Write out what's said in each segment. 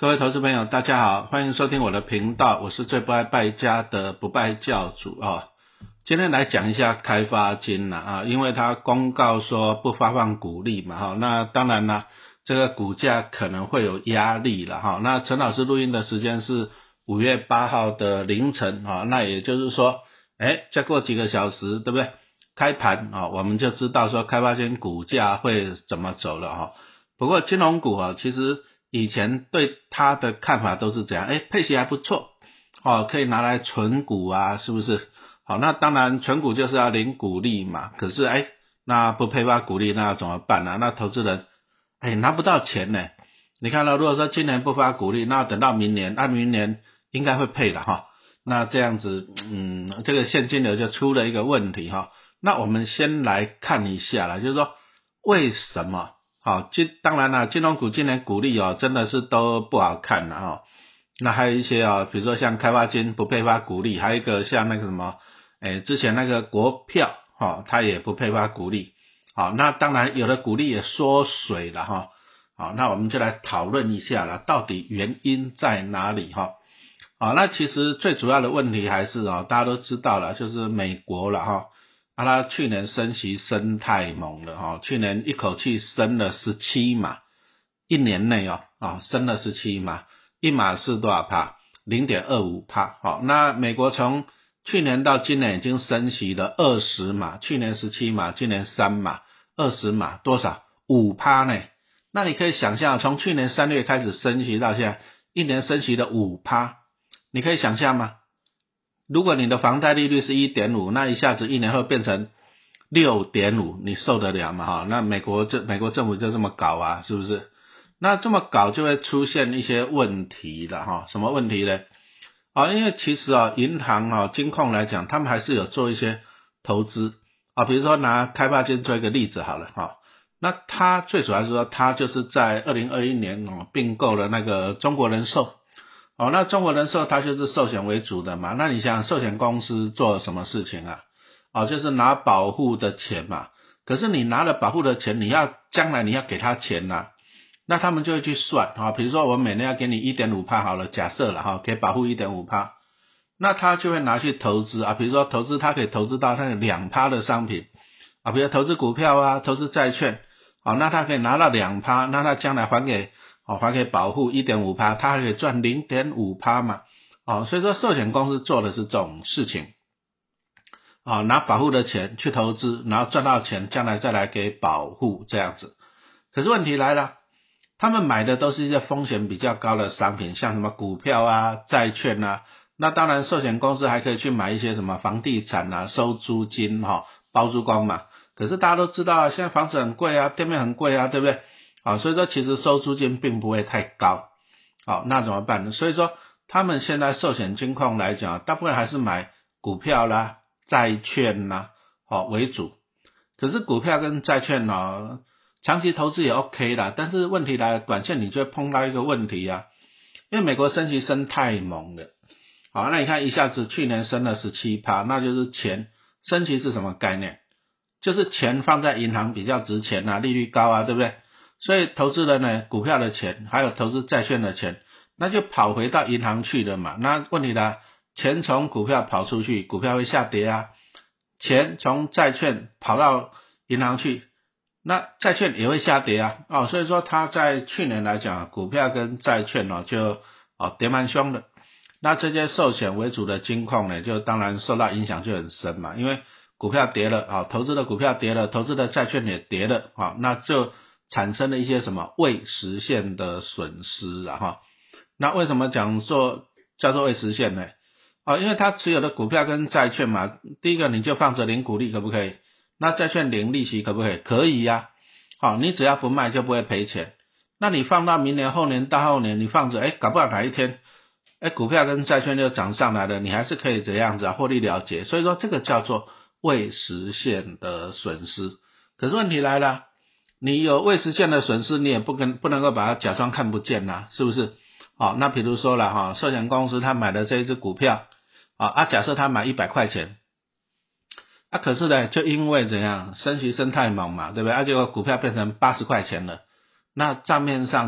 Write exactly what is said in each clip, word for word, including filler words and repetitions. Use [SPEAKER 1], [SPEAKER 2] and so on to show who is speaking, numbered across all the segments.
[SPEAKER 1] 各位投资朋友大家好，欢迎收听我的频道，我是最不爱败家的不败教主啊。今天来讲一下开发金啦啊，因为他公告说不发放股利嘛哈，那当然啦，这个股价可能会有压力了哈。那陈老师录音的时间是五月八号的凌晨啊，那也就是说，哎，再过几个小时，对不对？开盘啊，我们就知道说开发金股价会怎么走了哈。不过金融股啊，其实以前对它的看法都是这样，诶配息还不错哦，可以拿来存股啊，是不是？好，那当然存股就是要领股利嘛，可是诶那不配发股利那要怎么办呢？那投资人诶拿不到钱呢。你看到如果说今年不发股利，那等到明年，那明年应该会配了哈。那这样子嗯这个现金流就出了一个问题哈。那我们先来看一下啦，就是说为什么好，金当然啦，金融股今年股利哦，真的是都不好看了哦。那还有一些哦，比如说像开发金不配发股利，还有一个像那个什么，诶，之前那个国票哈、哦，它也不配发股利。好，那当然有的股利也缩水了哈、哦。好，那我们就来讨论一下了，到底原因在哪里哈？好，那其实最主要的问题还是哦，大家都知道了，就是美国了哈。啊，他去年升息升太猛了哈，去年一口气升了十七码，一年内哦，啊升了十七码，一码是多少趴？ 零点二五趴。好，那美国从去年到今年已经升息了二十码，去年十七码，今年三码，二十码多少？五趴呢？那你可以想象，从去年三月开始升息到现在，一年升息了五趴，你可以想象吗？如果你的房贷利率是 一点五， 那一下子一年后变成 六点五， 你受得了吗哈？那美国这美国政府就这么搞啊，是不是？那这么搞就会出现一些问题了哈。什么问题呢？啊，因为其实啊银行啊金控来讲，他们还是有做一些投资啊，比如说拿开发金做一个例子好了哈。那它最主要是说它就是在二零二一年哦并购了那个中国人寿。哦，那中国人寿它就是寿险为主的嘛，那你想寿险公司做什么事情啊？哦，就是拿保护的钱嘛，可是你拿了保护的钱，你要将来你要给他钱啊，那他们就会去算啊、哦，比如说我每年要给你 一点五趴 好了，假设了哈、哦，给保护 一点五趴，那他就会拿去投资啊，比如说投资他可以投资到那个 两趴 的商品啊，比如投资股票啊，投资债券，好、哦，那他可以拿到 两趴， 那他将来还给哦，还可以保护 一点五趴， 它还可以赚 零点五趴 嘛。哦，所以说寿险公司做的是这种事情。哦，拿保护的钱去投资，然后赚到钱将来再来给保护这样子。可是问题来了，他们买的都是一些风险比较高的商品，像什么股票啊、债券啊。那当然寿险公司还可以去买一些什么房地产啊，收租金哈、哦，包租公嘛。可是大家都知道啊，现在房子很贵啊，店面很贵啊，对不对？好，所以说其实收租金并不会太高。好，那怎么办呢？所以说他们现在寿险金控来讲，大部分还是买股票啦、债券啦，好为主。可是股票跟债券呢，长期投资也 OK 啦，但是问题来了，短线你就会碰到一个问题啊，因为美国升息升太猛了。好，那你看一下子去年升了 百分之十七， 那就是钱升息是什么概念？就是钱放在银行比较值钱啊，利率高啊，对不对？所以投资人呢，股票的钱还有投资债券的钱，那就跑回到银行去了嘛。那问题呢，钱从股票跑出去，股票会下跌啊，钱从债券跑到银行去，那债券也会下跌啊。哦，所以说它在去年来讲，股票跟债券哦就哦跌蛮凶的。那这些寿险为主的金控呢，就当然受到影响就很深嘛，因为股票跌了啊，投资的股票跌了，投资的债券也跌了啊，那就产生了一些什么未实现的损失啊哈。那为什么讲说叫做未实现呢？啊，因为他持有的股票跟债券嘛，第一个你就放着领股利可不可以？那债券领利息可不可以？可以呀、啊。好，你只要不卖就不会赔钱。那你放到明年、后年、大后年，你放着，哎，搞不好哪一天，哎，股票跟债券就涨上来了，你还是可以这样子啊，获利了结。所以说这个叫做未实现的损失。可是问题来了，你有未实现的损失，你也不跟不能够把它假装看不见呐、啊，是不是？好，那比如说了哈，寿险公司他买的这一只股票，啊啊，假设他买一百块钱，啊可是呢，就因为怎样，升息升太猛嘛，对不对？啊结果股票变成八十块钱了，那账面上就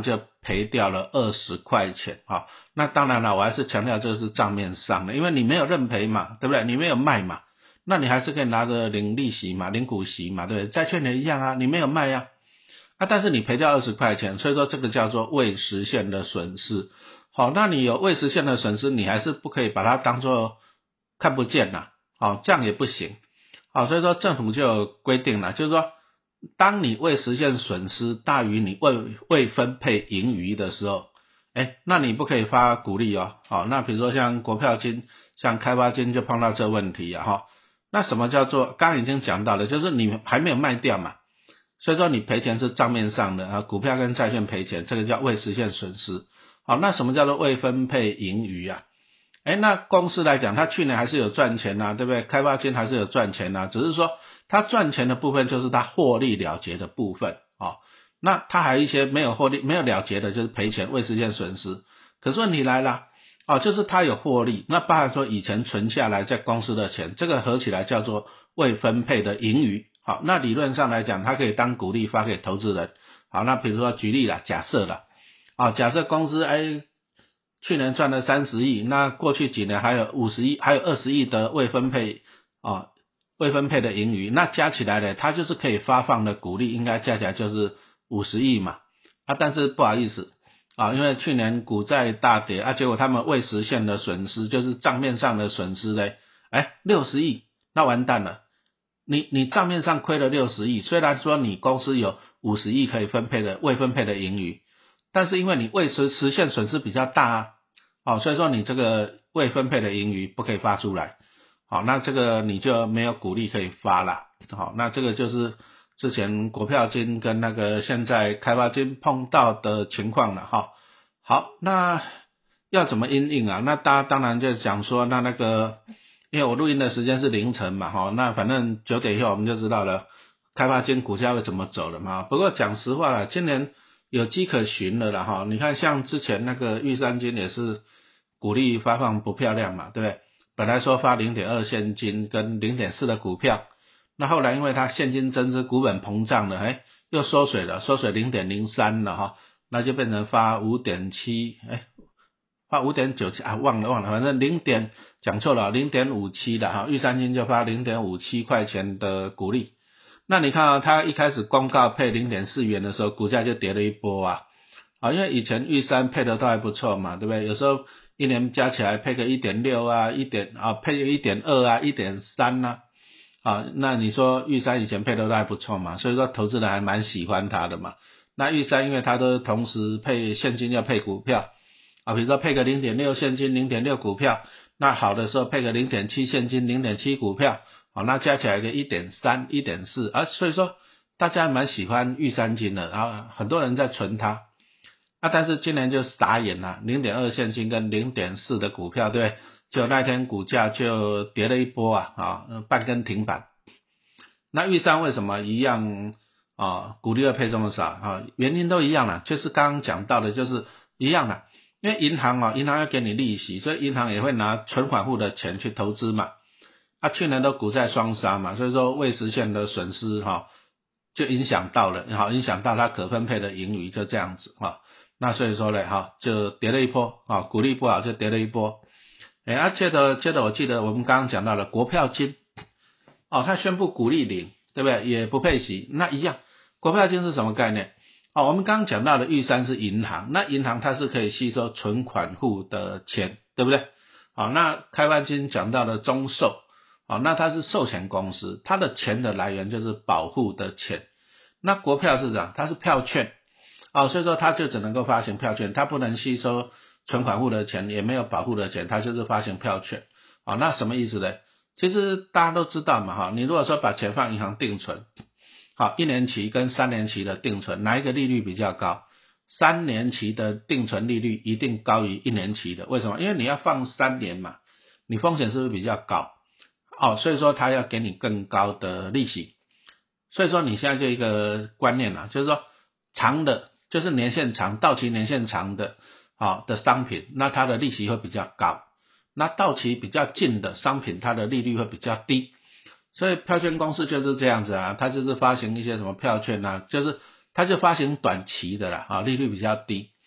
[SPEAKER 1] 赔掉了二十块钱啊。那当然了，我还是强调这个是账面上的，因为你没有认赔嘛，对不对？你没有卖嘛，那你还是可以拿着领利息嘛，领股息嘛，对不对？债券也一样啊，你没有卖啊，啊，但是你赔掉二十块钱，所以说这个叫做未实现的损失。好，那你有未实现的损失，你还是不可以把它当作看不见啦，好，这样也不行。好，所以说政府就有规定了，就是说当你未实现损失大于你未未分配盈余的时候，哎，那你不可以发股利哦。好，那比如说像国票金、像开发金就碰到这问题啊哈。那什么叫做刚刚已经讲到了，就是你还没有卖掉嘛，所以说你赔钱是账面上的啊，股票跟债券赔钱，这个叫未实现损失。好，那什么叫做未分配盈余啊？哎，那公司来讲，它去年还是有赚钱啊，对不对？开发金还是有赚钱啊，只是说它赚钱的部分就是它获利了结的部分哦。那它还有一些没有获利、没有了结的，就是赔钱、未实现损失。可是问题来了哦，就是它有获利，那包含说以前存下来在公司的钱，这个合起来叫做未分配的盈余。好，那理论上来讲，它可以当股利发给投资人。好，那比如说举例啦，假设啦，啊，假设公司哎去年赚了三十亿，那过去几年还有五十亿，还有二十亿的未分配啊，未分配的盈余，那加起来呢，它就是可以发放的股利，应该加起来就是五十亿嘛。啊，但是不好意思啊，因为去年股债大跌啊，结果他们未实现的损失就是账面上的损失呢，哎，六十亿，那完蛋了。你你账面上亏了六十亿，虽然说你公司有五十亿可以分配的未分配的盈余，但是因为你未实实现损失比较大啊，好，所以说你这个未分配的盈余不可以发出来，好，那这个你就没有股利可以发了，好，那这个就是之前国票金跟那个现在开发金碰到的情况了哈。好，那要怎么因应啊？那大家当然就讲说，那那个因为我录音的时间是凌晨嘛，哈，那反正九点以后我们就知道了开发金股价会怎么走了嘛。不过讲实话啦，今年有迹可循了啦哈。你看像之前那个玉山金也是股利发放不漂亮嘛，对不对？本来说发 零点二 现金跟 零点四 的股票，那后来因为它现金增资股本膨胀了，哎，又缩水了，缩水 零点零三 了哈，那就变成发 五点七， 哎。发 五点九七 啊，忘了忘了，反正零点讲错了 零点五七 的哈，玉山金就发 零点五七 块钱的股利。那你看啊，它一开始公告配 零点四 元的时候，股价就跌了一波啊。啊，因为以前玉山配的都还不错嘛，对不对？有时候一年加起来配个 一点六 啊，一点啊配个 一点二 啊， 一点三 啊。啊，那你说玉山以前配的都还不错嘛，所以说投资人还蛮喜欢它的嘛。那玉山因为它都同时配现金要配股票。啊，比如说配个 零点六 现金 零点六 股票，那好的时候配个 零点七 现金 零点七 股票，好，那加起来个 一点三 一点四 啊，所以说大家蛮喜欢玉山金的，然后很多人在存它啊，但是今年就傻眼了 零点二 现金跟 零点四 的股票，对不对？就那天股价就跌了一波啊，啊，半根停板。那玉山为什么一样啊股利要配这么少啊？原因都一样了，就是刚刚讲到的就是一样的。因为银行啊，银行要给你利息，所以银行也会拿存款户的钱去投资嘛。啊，去年都股债双杀嘛，所以说未实现的损失哈、啊，就影响到了，好影响到它可分配的盈余，就这样子哈、啊。那所以说呢，哈、啊，就跌了一波啊，股利不好就跌了一波。哎，啊，接着接着我记得我们刚刚讲到了国票金，哦，它宣布股利零，对不对？也不配息，那一样，国票金是什么概念？哦，我们刚刚讲到的玉山是银行，那银行它是可以吸收存款户的钱，对不对？好，那开发金讲到的中寿，好，那它是寿险公司，它的钱的来源就是保护的钱。那国票是这样，它是票券，哦，所以说它就只能够发行票券，它不能吸收存款户的钱，也没有保护的钱，它就是发行票券。好，那什么意思呢？其实大家都知道嘛，哈，你如果说把钱放银行定存，好，一年期跟三年期的定存，哪一个利率比较高？三年期的定存利率一定高于一年期的，为什么？因为你要放三年嘛，你风险是不是比较高？哦，所以说他要给你更高的利息。所以说你现在就一个观念啦，就是说长的，就是年限长、到期年限长的，好、哦、的商品，那它的利息会比较高。那到期比较近的商品，它的利率会比较低。所以票券公司就是这样子啊，它就是发行一些什么票券啊，就是它就发行短期的啦，啊，利率比较低。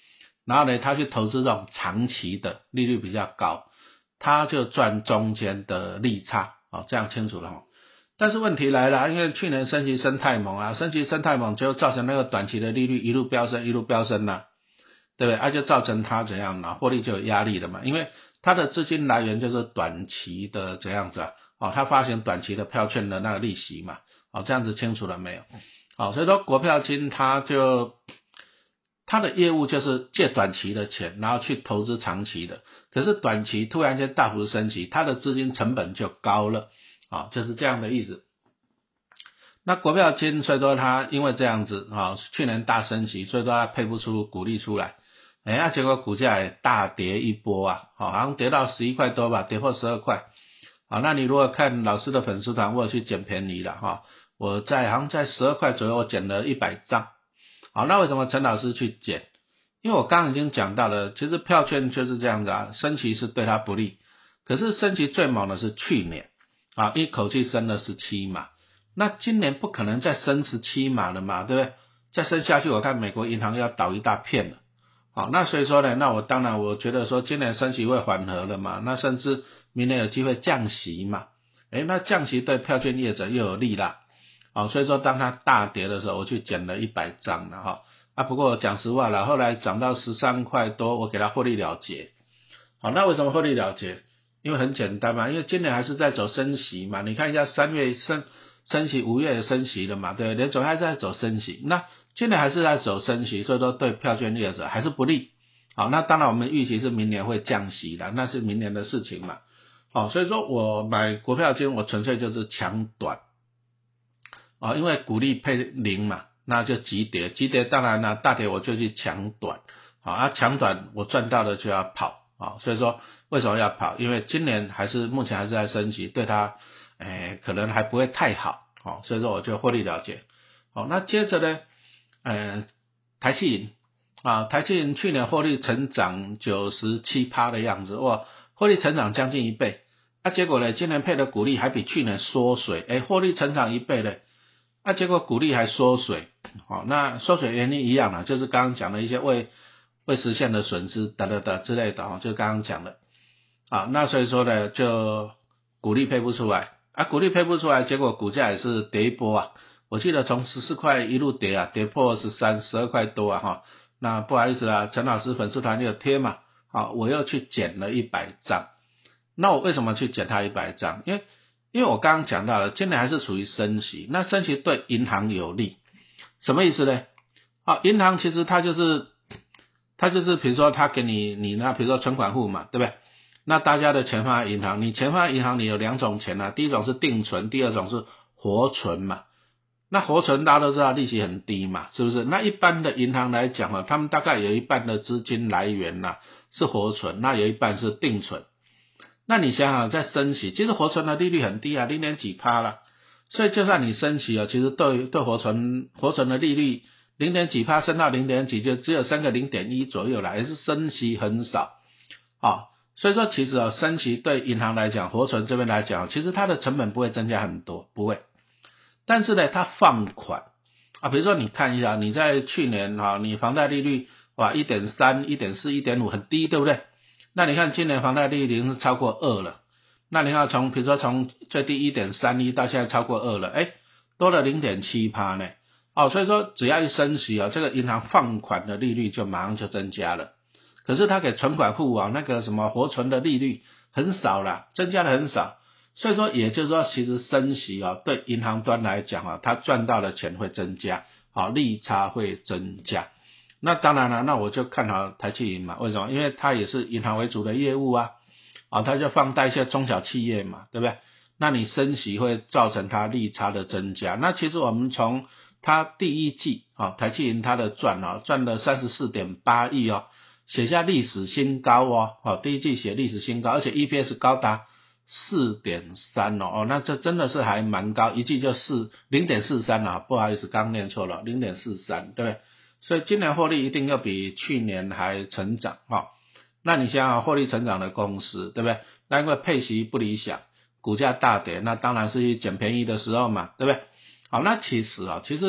[SPEAKER 1] 然后呢，他去投资这种长期的利率比较高，他就赚中间的利差，哦，这样清楚了哦。但是问题来了，因为去年升息升太猛啊，升息升太猛就造成那个短期的利率一路飙升一路飙升啦，对不对？啊，就造成他怎样呢？获利就有压力了嘛，因为他的资金来源就是短期的怎样子啊？哦，他发行短期的票券的那个利息嘛，哦，这样子清楚了没有？哦，所以说国票金它就它的业务就是借短期的钱，然后去投资长期的，可是短期突然间大幅升息，它的资金成本就高了。啊、哦，就是这样的意思。那国票金，所以说它因为这样子啊、哦，去年大升息，所以说它配不出股利出来，哎呀，结果股价也大跌一波啊，好、哦，好像跌到十一块多吧，跌破十二块。好，那你如果看老师的粉丝团，我有去捡便宜了哈、哦，我在好像在十二块左右，我捡了一百张。好，那为什么陈老师去捡？因为我刚刚已经讲到了，其实票券就是这样子啊，升息是对它不利，可是升息最猛的是去年。啊，一口气升了十七码，那今年不可能再升十七码了嘛，对不对？再升下去，我看美国银行要倒一大片了。好，那所以说呢，那我当然我觉得说今年升息会缓和了嘛，那甚至明年有机会降息嘛，诶，那降息对票券业者又有利啦。好，所以说当它大跌的时候，我去捡了一百张了哈。啊，不过讲实话了，后来涨到十三块多，我给它获利了结。好，那为什么获利了结？因为很简单嘛，因为今年还是在走升息嘛，你看一下三月升升息，五月也升息了嘛，对不对？联总还是在走升息，那今年还是在走升息，所以说对票券业者还是不利。好，那当然我们预期是明年会降息的，那是明年的事情嘛。好，所以说我买国票金，我纯粹就是抢短。啊，因为股利配零嘛，那就急跌，急跌当然呢，大跌我就去抢短。好，啊抢短我赚到了就要跑。啊，所以说为什么要跑？因为今年还是目前还是在升息，对它，诶可能还不会太好，好、哦，所以说我就获利了结。好、哦，那接着呢，呃，台企银啊，台企银去年获利成长 百分之九十七 的样子，哇，获利成长将近一倍。啊，结果呢，今年配的股利还比去年缩水，诶，获利成长一倍呢，啊，结果股利还缩水。好、哦，那缩水原因一样啦，就是刚刚讲的一些未未实现的损失等等等之类的哦，就刚刚讲的啊，那所以说呢，就股利配不出来啊，股利配不出来，结果股价也是跌一波啊，我记得从十四块一路跌啊，跌破十三、十二块多啊哈，那不好意思啊，陈老师粉丝团有贴嘛，好，我又去捡了一百张，那我为什么去捡它一百张？因为因为我刚刚讲到了，今年还是处于升息，那升息对银行有利，什么意思呢？啊，银行其实它就是它就是比如说它给你你那比如说存款户嘛，对不对？那大家的钱放在银行，你钱放在银行你有两种钱啊，第一种是定存，第二种是活存嘛。那活存大家都知道利息很低嘛，是不是？那一般的银行来讲啊，他们大概有一半的资金来源呐、啊、是活存，那有一半是定存。那你想想在升息，其实活存的利率很低啊，零点几趴啦。所以就算你升息啊，其实对对活存活存的利率零点几趴升到零点几，就只有升个零点一左右啦，也是升息很少啊。所以说其实啊，升息对银行来讲，活存这边来讲，其实它的成本不会增加很多，不会。但是呢，它放款啊，比如说你看一下，你在去年啊，你房贷利率哇 一点三、一点四、一点五 很低，对不对？那你看今年房贷利率已经是超过二了，那你看从比如说从最低 一点三一 到现在超过二了，诶多了 零点七趴 呢。哦，所以说只要一升息啊，这个银行放款的利率就马上就增加了。可是它给存款户啊那个什么活存的利率很少啦，增加的很少。所以说也就是说其实升息啊对银行端来讲啊，它赚到的钱会增加，好，利差会增加。那当然了，那我就看好台企银嘛，为什么？因为它也是银行为主的业务啊，啊，它就放贷一些中小企业嘛，对不对？那你升息会造成它利差的增加。那其实我们从它第一季啊，台企银它的赚啊，赚了 三十四点八亿哦，写下历史新高哦，哦，第一季写历史新高，而且 E P S 高达 四点三 哦，哦，那这真的是还蛮高，一季就4 零点四三 啊，不好意思，刚念错了 零点四三 对不对？所以今年获利一定要比去年还成长哈、哦。那你想想获利成长的公司，对不对？那因为配息不理想，股价大跌，那当然是去捡便宜的时候嘛，对不对？好，那其实啊，其实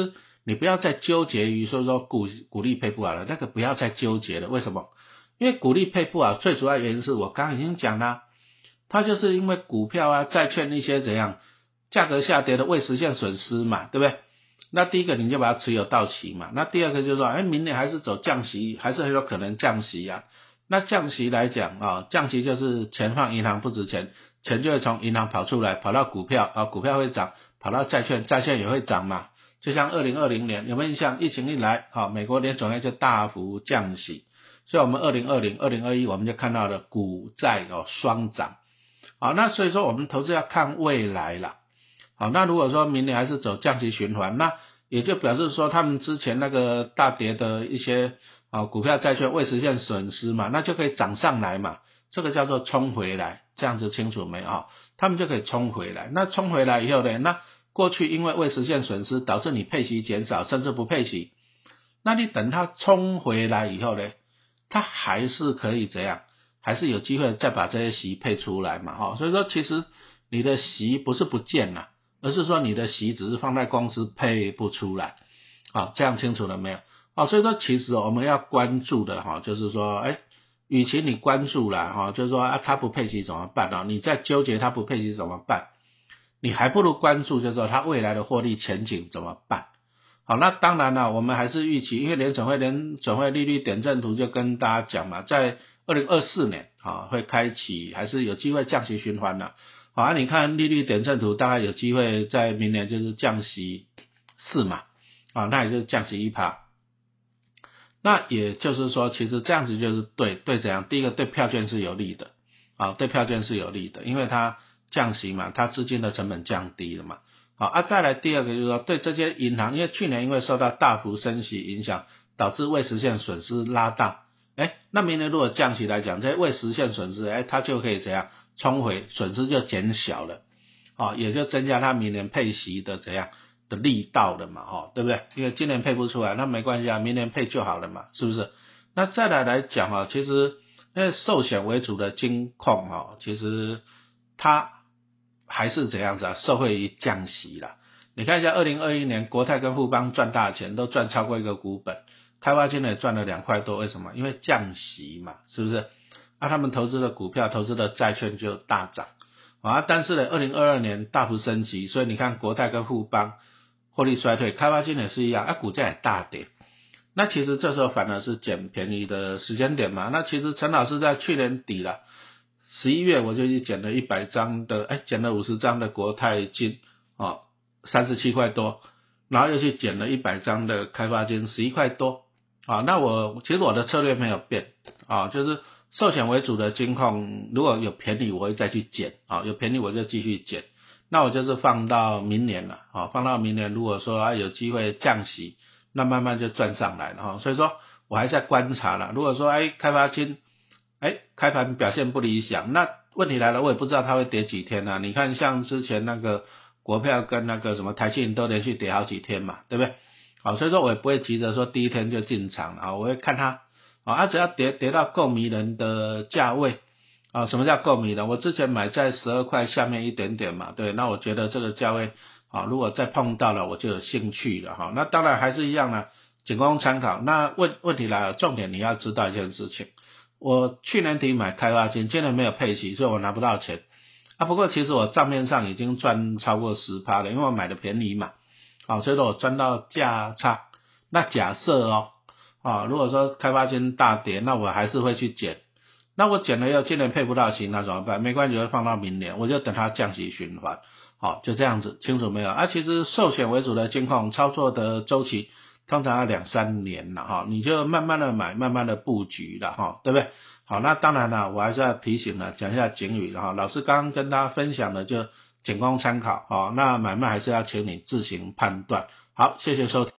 [SPEAKER 1] 你不要再纠结于说说股股利配不好了，那个不要再纠结了。为什么？因为股利配不好，最主要原因是我刚刚已经讲了，它就是因为股票啊、债券一些怎样价格下跌的未实现损失嘛，对不对？那第一个你就把它持有到期嘛，那第二个就是说，哎，明年还是走降息，还是很有可能降息啊。那降息来讲啊，降息就是钱放银行不值钱，钱就会从银行跑出来，跑到股票啊，股票会涨，跑到债券，债券也会涨嘛。就像二零二零年有没有印象？疫情一来，啊，美国联总会就大幅降息，所以我们二零二零、二零二一我们就看到了股债哦双涨。好，那所以说我们投资要看未来啦。好，那如果说明年还是走降息循环，那也就表示说他们之前那个大跌的一些啊股票债券未实现损失嘛，那就可以涨上来嘛，这个叫做冲回来，这样子清楚没有？他们就可以冲回来，那冲回来以后呢，那过去因为未实现损失导致你配息减少甚至不配息，那你等它冲回来以后呢，它还是可以怎样？还是有机会再把这些息配出来嘛，哈，所以说其实你的息不是不见了，而是说你的息只是放在公司配不出来，好，这样清楚了没有？好，所以说其实我们要关注的哈，就是说，哎，与其你关注了哈，就是说啊，它不配息怎么办啊？你在纠结它不配息怎么办？你还不如关注就是说它未来的获利前景怎么办？好，那当然了，我们还是预期，因为联准会联准会利率点阵图就跟大家讲嘛，在二零二四年啊会开启，还是有机会降息循环的。好，啊，你看利率点阵图大概有机会在明年就是降息四嘛，啊，那也就是降息 百分之一。那也就是说，其实这样子就是对对怎样？第一个对票券是有利的，啊，对票券是有利的，因为它降息嘛，它资金的成本降低了嘛。好，啊，再来第二个就是说，对这些银行，因为去年因为受到大幅升息影响，导致未实现损失拉大，哎，那明年如果降息来讲，这些未实现损失，哎，它就可以怎样冲回，损失就减小了，啊，也就增加它明年配息的怎样的力道了嘛，哦，对不对？因为今年配不出来，那没关系啊，明年配就好了嘛，是不是？那再来来讲啊，其实因为寿险为主的金控啊，其实它还是怎样子啊，受惠于降息啦。你看一下二零二一年国泰跟富邦赚大钱，都赚超过一个股本，开发金也赚了两块多，为什么？因为降息嘛，是不是？啊，他们投资的股票、投资的债券就大涨啊，但是呢，二零二二年大幅升级，所以你看国泰跟富邦获利衰退，开发金也是一样，啊，股价也大跌。那其实这时候反而是捡便宜的时间点嘛。那其实陈老师在去年底了，十一月我就去捡了一百张的，哎，捡了五十张的国泰金，哦，三十七块多，然后又去捡了一百张的开发金，十一块多，啊，那我其实我的策略没有变，啊，就是寿险为主的金控，如果有便宜我会再去捡，啊，有便宜我就继续捡。那我就是放到明年了，啊，放到明年如果说啊有机会降息，那慢慢就赚上来了哈。所以说我还在观察了，如果说哎开发金哎开盘表现不理想，那问题来了，我也不知道它会跌几天啊。你看像之前那个国票跟那个什么台积电都连续跌好几天嘛，对不对？好，所以说我也不会急着说第一天就进场啊，我会看它啊，只要跌跌到够迷人的价位。啊，什么叫够迷人？我之前买在十二块下面一点点嘛，对，那我觉得这个价位啊，如果再碰到了，我就有兴趣了哈。那当然还是一样啦，仅供参考。那问问题来了，重点你要知道一件事情，我去年底买开发金，今年没有配息，所以我拿不到钱啊。不过其实我账面上已经赚超过 百分之十 了，因为我买的便宜嘛，啊，所以说我赚到价差。那假设哦，啊，如果说开发金大跌，那我还是会去减。那我减了要今年配不到息，那怎么办？没关系，我会放到明年，我就等它降息循环。好，就这样子，清楚没有？啊，其实寿险为主的金控操作的周期通常要两三年了哈，你就慢慢的买，慢慢的布局了哈，对不对？好，那当然了，我还是要提醒了，讲一下警语哈。老师刚刚跟大家分享的就仅供参考，好，那买卖还是要请你自行判断。好，谢谢收听。